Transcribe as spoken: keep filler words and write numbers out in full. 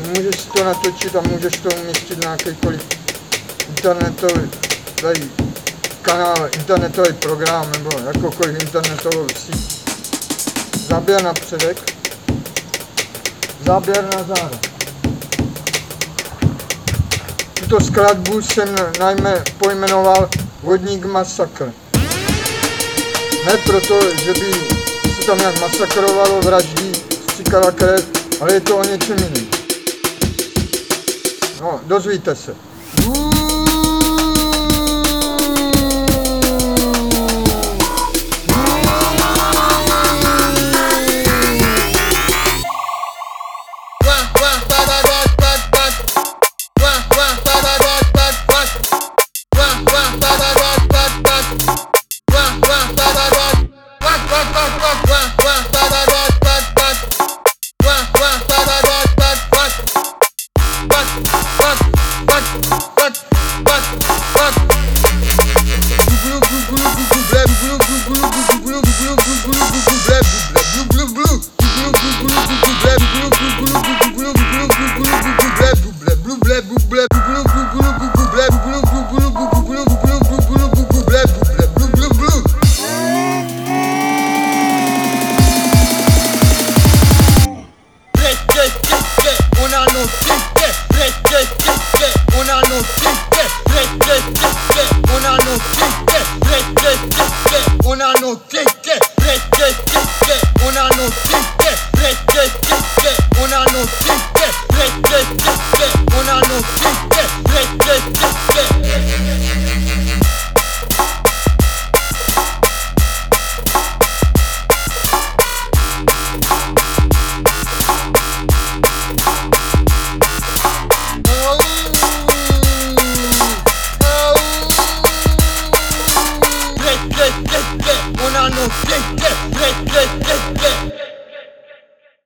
můžeš si to natočit a můžeš to umístit na jakýkoliv internetový tady, kanál, internetový program nebo jakoukoliv internetovou síť. Záběr na předek, záběr na záda. Tuto skladbu jsem najme pojmenoval Vodník masakr. Ne proto, že by se tam nějak masakrovalo, vraždí, stříkala krev, ale je to o něčem jiném. No, dozvíte se. Una noticia, una noticia, una noticia, una noticia, una noticia,